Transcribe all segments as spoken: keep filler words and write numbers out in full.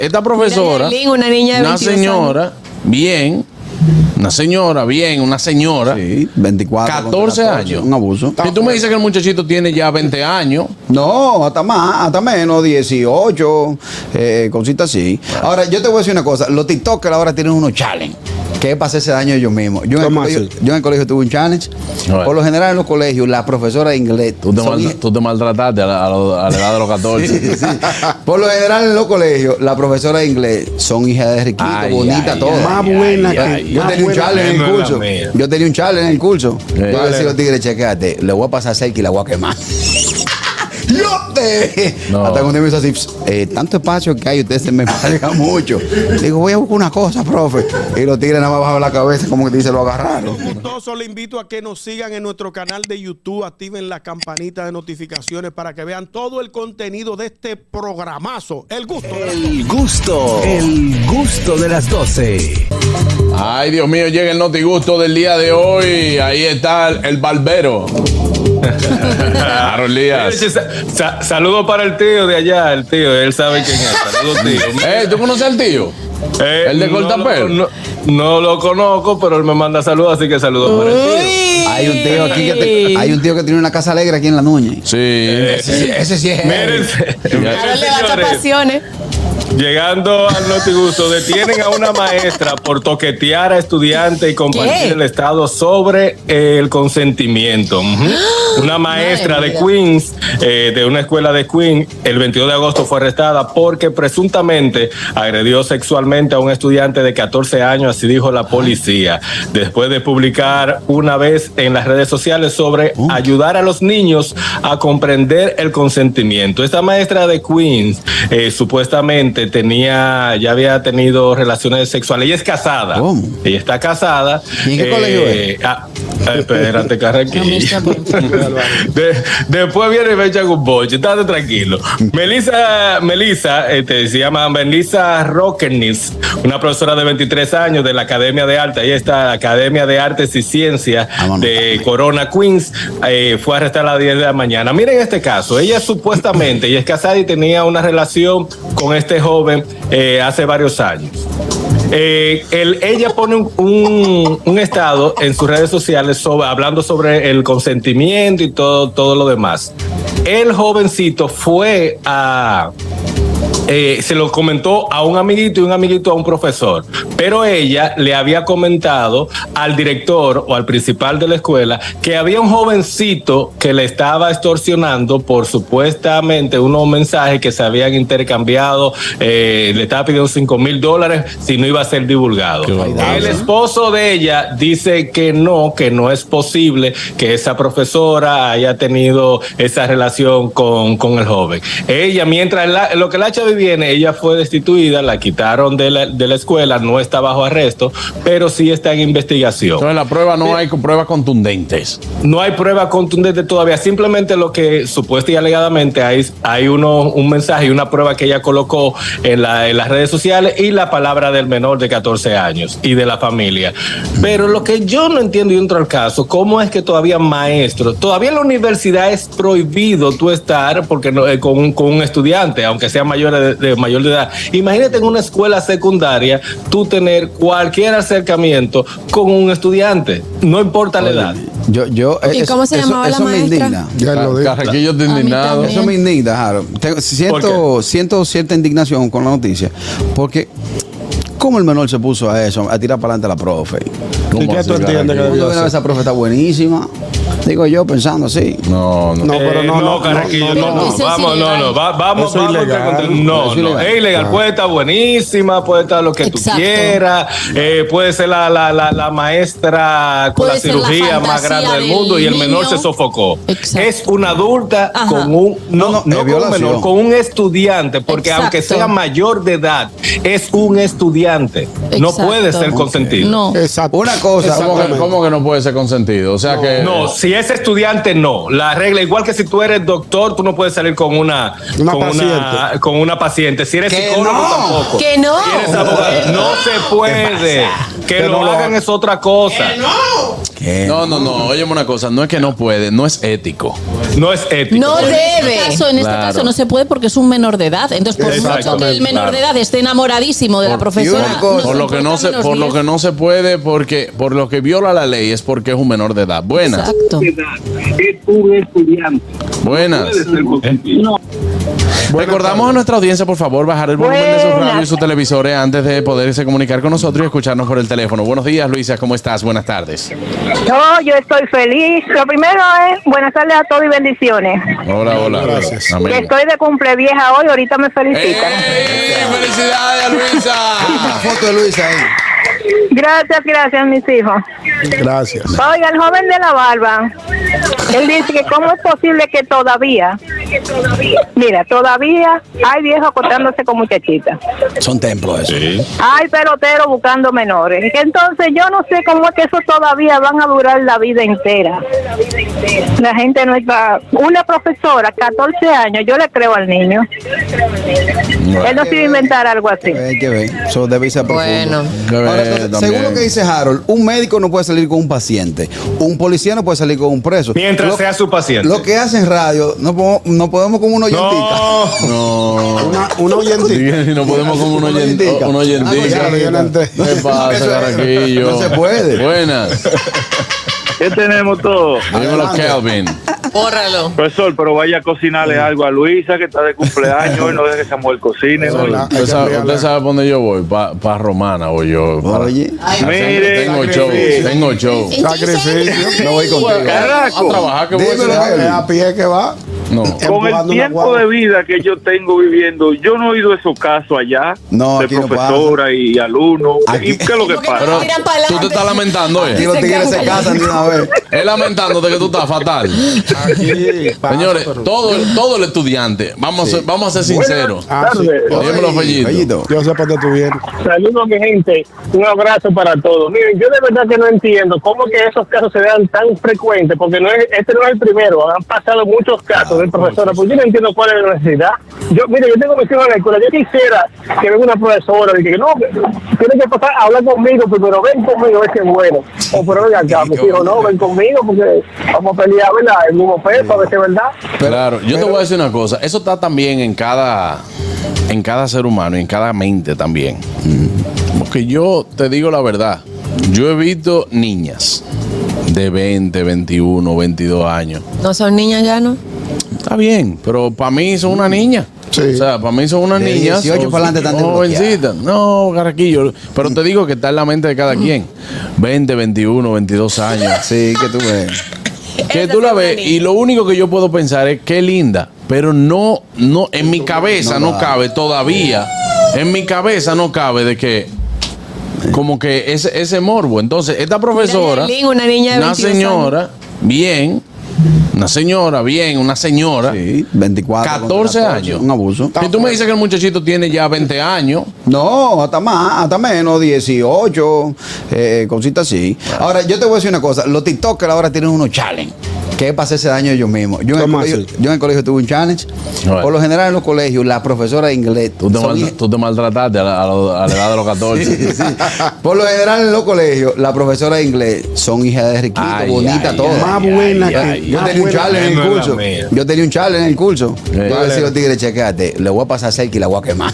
esta profesora, una niña de una señora, bien, una señora, bien, una señora, sí, veinticuatro, catorce años. Un abuso. Y tú me dices que el muchachito tiene ya veinte años. No, hasta más, hasta menos, dieciocho, eh, cositas así. Ahora, yo te voy a decir una cosa. Los TikTokers ahora tienen unos challenges. Que es para hacerse daño ellos mismos. Yo en, el colegio, yo en el colegio tuve un challenge. Bueno. Por lo general en los colegios, la profesora de inglés. Tú te, mal, tú te maltrataste a la, a, la, a la edad de los catorce. Sí, sí. Por lo general en los colegios, la profesora de inglés son hijas de riquitos, bonitas, todas. Más buena que. Yo tenía un challenge en el curso. Yo tenía un challenge en el curso. Yo le decía a los tigres, chequéate, le voy a pasar cerca y la voy a quemar. ¡Yo te! No. Hasta cuando me hizo así, eh, tanto espacio que hay, usted se me falga mucho. Digo, voy a buscar una cosa, profe. Y los tigres nada más bajan la cabeza, como que dice, lo agarraron. Gustoso, le invito a que nos sigan en nuestro canal de YouTube, activen la campanita de notificaciones para que vean todo el contenido de este programazo. El gusto. El gusto. El gusto de las doce. Ay, Dios mío, llega el notigusto del día de hoy. Ahí está el, el barbero. Harold Díaz. Sa Saludos para el tío de allá, el tío, él sabe quién es. Saludos, tío. Eh, ¿tú conoces al tío? Eh, ¿El de no cortapelo? No, no lo conozco, pero él me manda saludos, así que saludos para el tío. Hay un tío aquí que te, hay un tío que tiene una casa alegre aquí en La Núñez. Sí. Eh, ese, ese sí es. Miren, Ahora le da pasiones. Llegando al notigusto, detienen a una maestra por toquetear a estudiantes y compartir ¿Qué? el estado sobre el consentimiento. Uh-huh. Una maestra de Queens, eh, de una escuela de Queens, el veintidós de agosto fue arrestada porque presuntamente agredió sexualmente a un estudiante de catorce años, así dijo la policía, después de publicar una vez en las redes sociales sobre uh. ayudar a los niños a comprender el consentimiento. Esta maestra de Queens, eh, supuestamente tenía, ya había tenido relaciones sexuales. Ella es casada. ¿Cómo? Ella está casada. ¿Y en qué eh, colegio es? Ah, espérate, Carraquillo. de, después viene y me echan un boche. Estate tranquilo. Melissa, Melissa este, se llama Melissa Rockernis, una profesora de veintitrés años de la Academia de Arte. Ella está la Academia de Artes y Ciencias de Corona, Queens. Eh, fue arrestada a las diez de la mañana. Miren este caso. Ella supuestamente, ella es casada y tenía una relación con este joven eh, hace varios años. Eh, el, ella pone un, un, un estado en sus redes sociales sobre, hablando sobre el consentimiento y todo, todo lo demás. El jovencito fue a... Eh, se lo comentó a un amiguito y un amiguito a un profesor, pero ella le había comentado al director o al principal de la escuela que había un jovencito que le estaba extorsionando por supuestamente unos mensajes que se habían intercambiado, eh, le estaba pidiendo cinco mil dólares si no iba a ser divulgado. El esposo de ella dice que no, que no es posible que esa profesora haya tenido esa relación con, con el joven. Ella, mientras la, lo que la H viene, ella fue destituida, la quitaron de la, de la escuela, no está bajo arresto, pero sí está en investigación. Entonces la prueba no hay pruebas contundentes. No hay pruebas contundentes todavía, simplemente lo que supuesta y alegadamente hay, hay uno, un mensaje y una prueba que ella colocó en, la, en las redes sociales y la palabra del menor de catorce años y de la familia. Pero lo que yo no entiendo y entro al caso, ¿cómo es que todavía maestros, todavía en la universidad es prohibido tú estar porque no, eh, con, con un estudiante, aunque sea mayor de, de mayor de edad? Imagínate en una escuela secundaria tú tener cualquier acercamiento con un estudiante, no importa Oye, la edad. Yo, yo, ¿Y eso, cómo se eso, llamaba eso la me maestra? indigna. Ya lo digo. Carraquillo está indignado. Eso me indigna, Harold. Tengo- Siento, siento cierta indignación con la noticia, porque ¿cómo el menor se puso a eso, a tirar para adelante a la profe? ¿Y qué tú entiendes que Yo debió veo hacer? esa profe está buenísima. Digo yo pensando así. No, no. No, pero no, Eh, no, Carraquillo, no, no, no, no. Eso es vamos, no, no, va- vamos, Eso es vamos, ilegal. no, Eso es no, ilegal. es ilegal, puede estar buenísima, puede estar lo que Exacto. tú quieras, eh, puede ser la, la, la, la maestra con Puede la ser la cirugía más fantasía grande del del mundo y el menor niño. se sofocó. Exacto. Es una adulta Ajá. con un, no, No, no, no es con un violación. menor, con un estudiante, porque Exacto. aunque sea mayor de edad, es un estudiante, no Exacto. puede ser consentido. No. Exacto. Una cosa, ¿Cómo que, Exactamente. cómo que no puede ser consentido? O sea que... No, si es estudiante, no. La regla, igual que si tú eres doctor, tú no puedes salir con una, Una con paciente. una, con una paciente. Si eres Que psicólogo, no. tampoco. Que no. Si eres abogado, no se puede. Que Que lo no lo hagan hagan. es otra cosa. ¿Qué? No, no, no. Óyeme una cosa. No es que no puede, no es ético. No es ético. No Pero debe. En este caso, en este Claro. caso no se puede porque es un menor de edad. Entonces, por mucho que el menor claro. de edad esté enamoradísimo de la Por- profesora, y una cosa- Por lo que no se, menos por lo diez. que no se puede, porque por lo que viola la ley es porque es un menor de edad. Buenas, Exacto. Es un estudiante. buenas. Puede ser consentido. No. Recordamos a nuestra audiencia, por favor, bajar el volumen de sus radios y sus televisores antes de poderse comunicar con nosotros y escucharnos por el teléfono. Buenos días, Luisa, ¿cómo estás? Buenas tardes. No, yo estoy feliz. Lo primero es buenas tardes a todos y bendiciones. Hola, hola. Gracias. Que Amén. estoy de cumple vieja hoy, ahorita me felicitan. ¡Ey! ¡Felicidades, Una Luisa! foto de Luisa ahí. Gracias, gracias, mis hijos. Gracias. Oiga, el joven de la barba, él dice que cómo es posible que todavía, mira, todavía hay viejos acostándose con muchachitas. Son templos eso. Hay peloteros buscando menores. Entonces yo no sé cómo es que eso todavía van a durar la vida entera. La gente no está... Una profesora, catorce años, yo le creo al niño. Él no se iba a inventar algo así. Hay que ver. Eso debe ser profundo. Bueno. Ahora, Eh, según también. lo que dice Harold, un médico no puede salir con un paciente. Un policía no puede salir con un preso. Mientras Lo- sea su paciente. Lo que hacen radio, no podemos, no podemos con un oyentita. No. No. Una, una oyentita. Sí, no podemos como un oyente- oyentica. un oyentica. Ah, ya, ya, ya. ¿Qué pasa, Eso es- Caraquillo? no se puede. Buenas. ¿Qué tenemos todos? Dímelo, Adelante. Kelvin. Bórralo. Profesor, pero vaya a cocinarle algo a Luisa, que está de cumpleaños, y no deje que esa mujer cocine. Eso ¿no? es la- Usted Hay que sabe, enviarla. usted sabe por dónde yo voy, para pa Romana voy yo. para- Oye, Mire, tengo show, sacrificio. tengo show. Sacrificio. no voy contigo. A Carajo, trabajar que voy a Dímelo, hacer. Kelvin. Es a pie que va. No. con el empujando una tiempo guagua. de vida que yo tengo viviendo, yo no he oído esos casos allá No, de aquí no profesora y alumnos. Aquí- ¿Y qué es lo que pasa? Pero Tiran pa'lante. tú te estás lamentando, Aquí ¿eh? los tigres se casan de una vez. Es lamentándote que tú estás fatal. Aquí pasa, Señores, pero- todo, todo el estudiante, vamos, a, ser- vamos a ser sinceros. Ah, sí. Dímelo, Fellito. Fellito. Yo sé por dónde tú vienes. Saludos, mi gente. Un abrazo para todos. Miren, yo de verdad que no entiendo cómo que esos casos se dan tan frecuentes, porque no es, este no es el primero. Han pasado muchos casos de profesora, pues yo no entiendo cuál es la necesidad. Yo, mire, yo tengo mis hijos en la escuela. Yo quisiera que venga una profesora y que no, que tiene que pasar a hablar conmigo, pero ven conmigo, es que es bueno. O pero venga acá, mis hijos, no, ven conmigo, porque vamos a pelear, ¿verdad? El mismo peso, a ver si es verdad. Claro, yo te voy a decir una cosa. Eso está también en cada, en cada ser humano y en cada mente también. Porque yo te digo la verdad. Yo he visto niñas de veinte, veintiuno, veintidós años. No son niñas ya, ¿no? Está bien, pero para mí son una niña. Sí. O sea, para mí son unas De niñas. dieciocho son- para adelante están jovencitas. No, Carraquillo. Pero te digo que está en la mente de cada quien. veinte, veintiuno, veintidós años. Sí, que tú ves. Que tú la ves y lo único que yo puedo pensar es qué linda, pero no, no, en mi cabeza no, No, no. cabe todavía, en mi cabeza no cabe de que, como que ese, ese morbo. Entonces, esta profesora, Yailin, una niña de una veintidós señora, bien, una señora, bien, una señora, Sí, veinticuatro. catorce años. Un abuso. Si tú me dices que el muchachito tiene ya veinte años, No, hasta más, hasta menos, dieciocho, eh, cositas así. Ahora, yo te voy a decir una cosa. Los TikTokers ahora tienen unos challenges. Que es para hacerse daño ellos mismos. Yo en, el ¿Cómo colegio, así? yo en el colegio tuve un challenge. Bueno. Por lo general en los colegios, la profesora de inglés. tú te, son mal- hij- tú te maltrataste a la, a la- a la edad de los catorce. Sí, sí. Por lo general en los colegios, la profesora de inglés son hijas de riquito, Ay, bonita, ay, todas. Más buena ay, que. ay, Yo más tenía un buena. challenge en el no es la curso. mía. Yo tenía un challenge en el curso. Sí. Yo le decía a los tigres, chequéate, le voy a pasar cerca y la voy a quemar.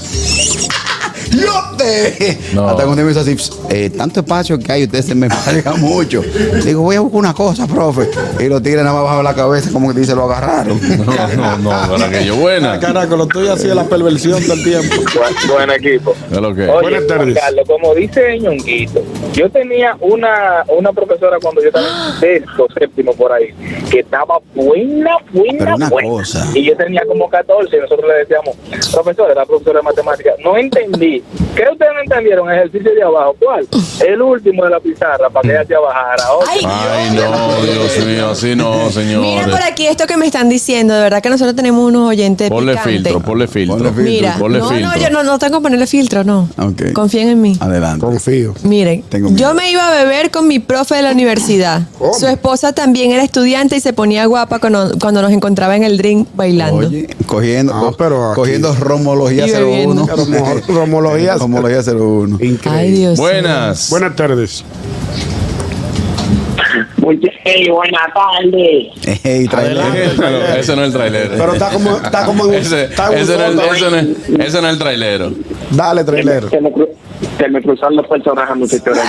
Yo te. No. Hasta cuando me hizo así, eh, tanto espacio que hay, usted se me marca mucho. Digo, voy a buscar una cosa, profe. Y los tigres nada más bajan la cabeza, como que dice, lo agarraron. No, no, no, Carraquillo, buena. Carajo, lo tuyo así es la perversión del tiempo. Buen, buen equipo. Es lo que es. Oye, Buenas Juan tardes. Carlos, como dice Ñonguito, yo tenía una, una profesora cuando yo estaba en sexto, séptimo por ahí, que estaba buena, buena, Pero una buena. cosa. Y yo tenía como catorce y nosotros le decíamos, profesor, era profesora de matemáticas, no entendí. ¿Qué ustedes no entendieron? El ejercicio de abajo. ¿Cuál? El último de la pizarra para que ella te bajara. Otra. Ay, Ay, no, Dios mío, así no, señores. Mira por aquí esto que me están diciendo. De verdad que nosotros tenemos unos oyentes Ponle picantes. filtro, ponle filtro. Ponle filtro. Mira, Ponle no, filtro. no, yo no, no tengo que ponerle filtro, no. Ok. Confíen en mí. Adelante. Confío. Miren, Tengo miedo. yo me iba a beber con mi profe de la universidad. ¿Cómo? Su esposa también era estudiante y se ponía guapa cuando, cuando nos encontraba en el drink bailando. Oye, cogiendo, No, pero aquí- cogiendo romología Y cero uno. bebiendo. Romo- Romología. Romología cero uno. Increíble. Ay, Dios. Buenas. Buenas tardes. Muchas hey, buenas tardes. Hey, trailero. Ese no es el trailero. Pero está como, está como en un, ese, está en un ese, no, fondo, ese, no, ese no es el trailero. Dale, trailero. Se me, cru, se me cruzaron los personajes, muchachos.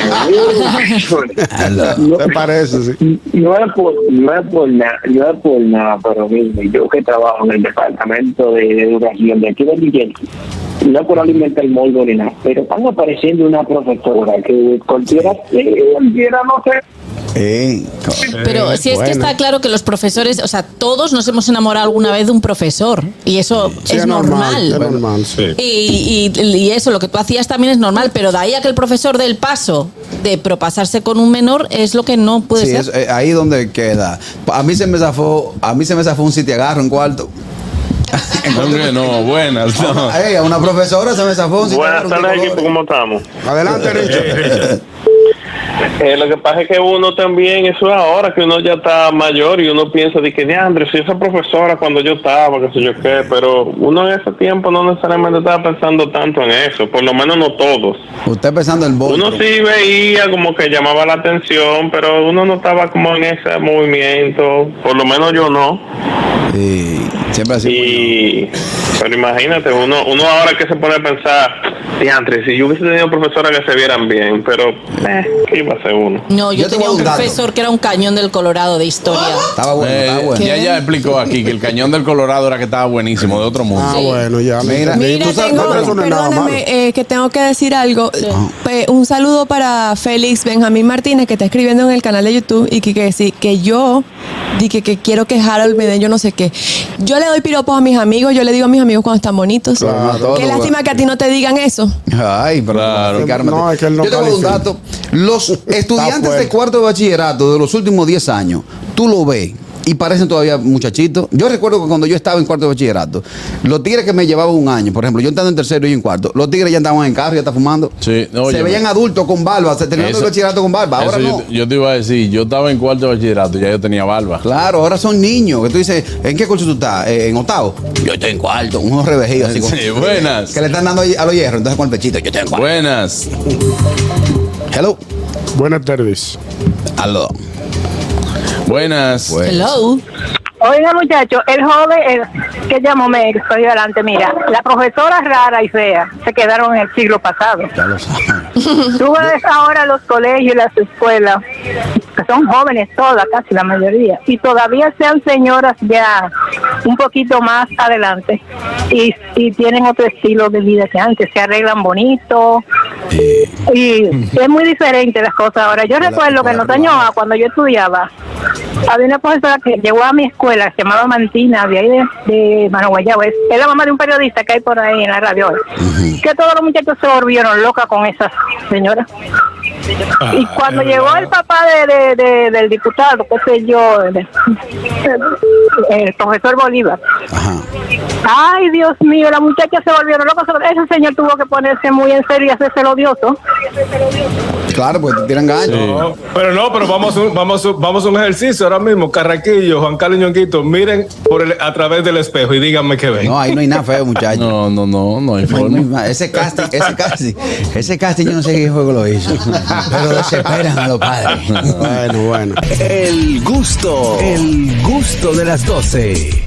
No te parece, sí. No es por, no es por nada, no es por nada, pero mismo, yo que trabajo en el departamento de educación de aquí de Miguel, no por alimentar el moldo ni nada, pero están apareciendo una profesora que cualquiera, cualquiera no sé. Eh, Pero si es bueno. que está claro que los profesores, o sea, todos nos hemos enamorado alguna vez de un profesor y eso Sí, es normal. Es normal, sí. Y, y, y eso, lo que tú hacías también es normal, pero de ahí a que el profesor dé el paso de propasarse con un menor es lo que no puede sí, ser. es, eh, ahí donde queda. A mí se me zafó, a mí se me zafó un sitio agarro en cuarto. Hombre, no, buenas. No. Ey, a una profesora se me zafó un sitio Buenas tardes, equipo, ¿cómo estamos? Adelante, Richard. Eh, lo que pasa es que uno también, eso es ahora que uno ya está mayor y uno piensa de que, diandre, si esa profesora cuando yo estaba, qué sé yo qué, pero uno en ese tiempo no necesariamente estaba pensando tanto en eso, por lo menos no todos. Usted pensando en voto. Uno sí veía como que llamaba la atención, pero uno no estaba como en ese movimiento, por lo menos yo no. Sí, siempre así. Y, pero imagínate, uno uno ahora que se pone a pensar, diantre, si yo hubiese tenido profesoras que se vieran bien, pero, eh, ¿qué iba a ser uno? No, yo, Yo te tenía voy a un un dato. profesor que era un cañón del Colorado de historia. Estaba bueno, Eh, estaba bueno. ya ya explicó aquí que el cañón del Colorado era que estaba buenísimo, de otro mundo. Ah, Sí. bueno, ya. me Mira, entendí. Mira, Tú sabes, tengo, no, eso no es nada malo. perdóname, eh, que tengo que decir algo. Pe- Un saludo para Félix Benjamín Martínez, que está escribiendo en el canal de YouTube y que, que sí, que yo dije que quiero que Harold me dé yo no sé qué. Yo le doy piropos a mis amigos, yo le digo a mis amigos cuando están bonitos. Claro, todo, Qué lástima que a ti no te digan eso. Ay, pero Claro. cálmate. No, es que él no Yo te voy a dar un califica. dato. Los estudiantes de fuerte. cuarto de bachillerato de los últimos diez años, tú lo ves y parecen todavía muchachitos. Yo recuerdo que cuando yo estaba en cuarto de bachillerato, los tigres que me llevaban un año, por ejemplo, yo estando en tercero y en cuarto, los tigres ya andaban en carro, ya estaban fumando. Sí, oye, se veían adultos con barba, se terminando el Eso- bachillerato con barba. Ahora Eso no. yo, yo te iba a decir, yo estaba en cuarto de bachillerato, ya yo tenía barba. Claro, ahora son niños. Que tú dices, ¿en qué curso tú estás? Eh, ¿En octavo? Yo estoy en cuarto, unos revejidos así. con- Sí, buenas. Que le están dando a los hierros, entonces con el pechito. Yo estoy en cuarto. Buenas. Hello. Buenas tardes. Aló. Buenas. Bueno. Hello. Oiga, muchachos, el joven el, que llamó me estoy adelante, mira, las profesoras raras y feas se quedaron en el siglo pasado. Ya lo saben. Tú ves ahora los colegios y las escuelas, que son jóvenes todas, casi la mayoría, y todavía sean señoras ya un poquito más adelante y, y tienen otro estilo de vida que antes, se arreglan bonito. Y es muy diferente las cosas ahora. Yo recuerdo que en los años A, cuando yo estudiaba, había una profesora que llegó a mi escuela, se llamaba Mantina, de ahí de, de Mano Guayabo. Es es la mamá de un periodista que hay por ahí en la radio. Que todos los muchachos se volvieron locas con esa señora. Y cuando llegó el papá de, de, de- del diputado, qué sé yo, de- el profesor Bolívar. Ajá. Ay, Dios mío, las muchachas se volvieron locas. Ese señor tuvo que ponerse muy en serio y hacerse el odioso. Claro, pues te tiran ganas. No, pero no, pero vamos a un, vamos a- vamos a un ejercicio ahora mismo. Carraquillo, Juan Carlos Ñonguito, miren por el, a través del espejo y díganme qué ven. No, ahí no hay nada feo, muchachos. No, no, no, no hay No hay- forma. no hay- ese casting, ese casting, ese casting yo no sé qué juego lo hizo. Pero desesperan a los padres. Bueno, bueno. El gusto, el gusto de las doce.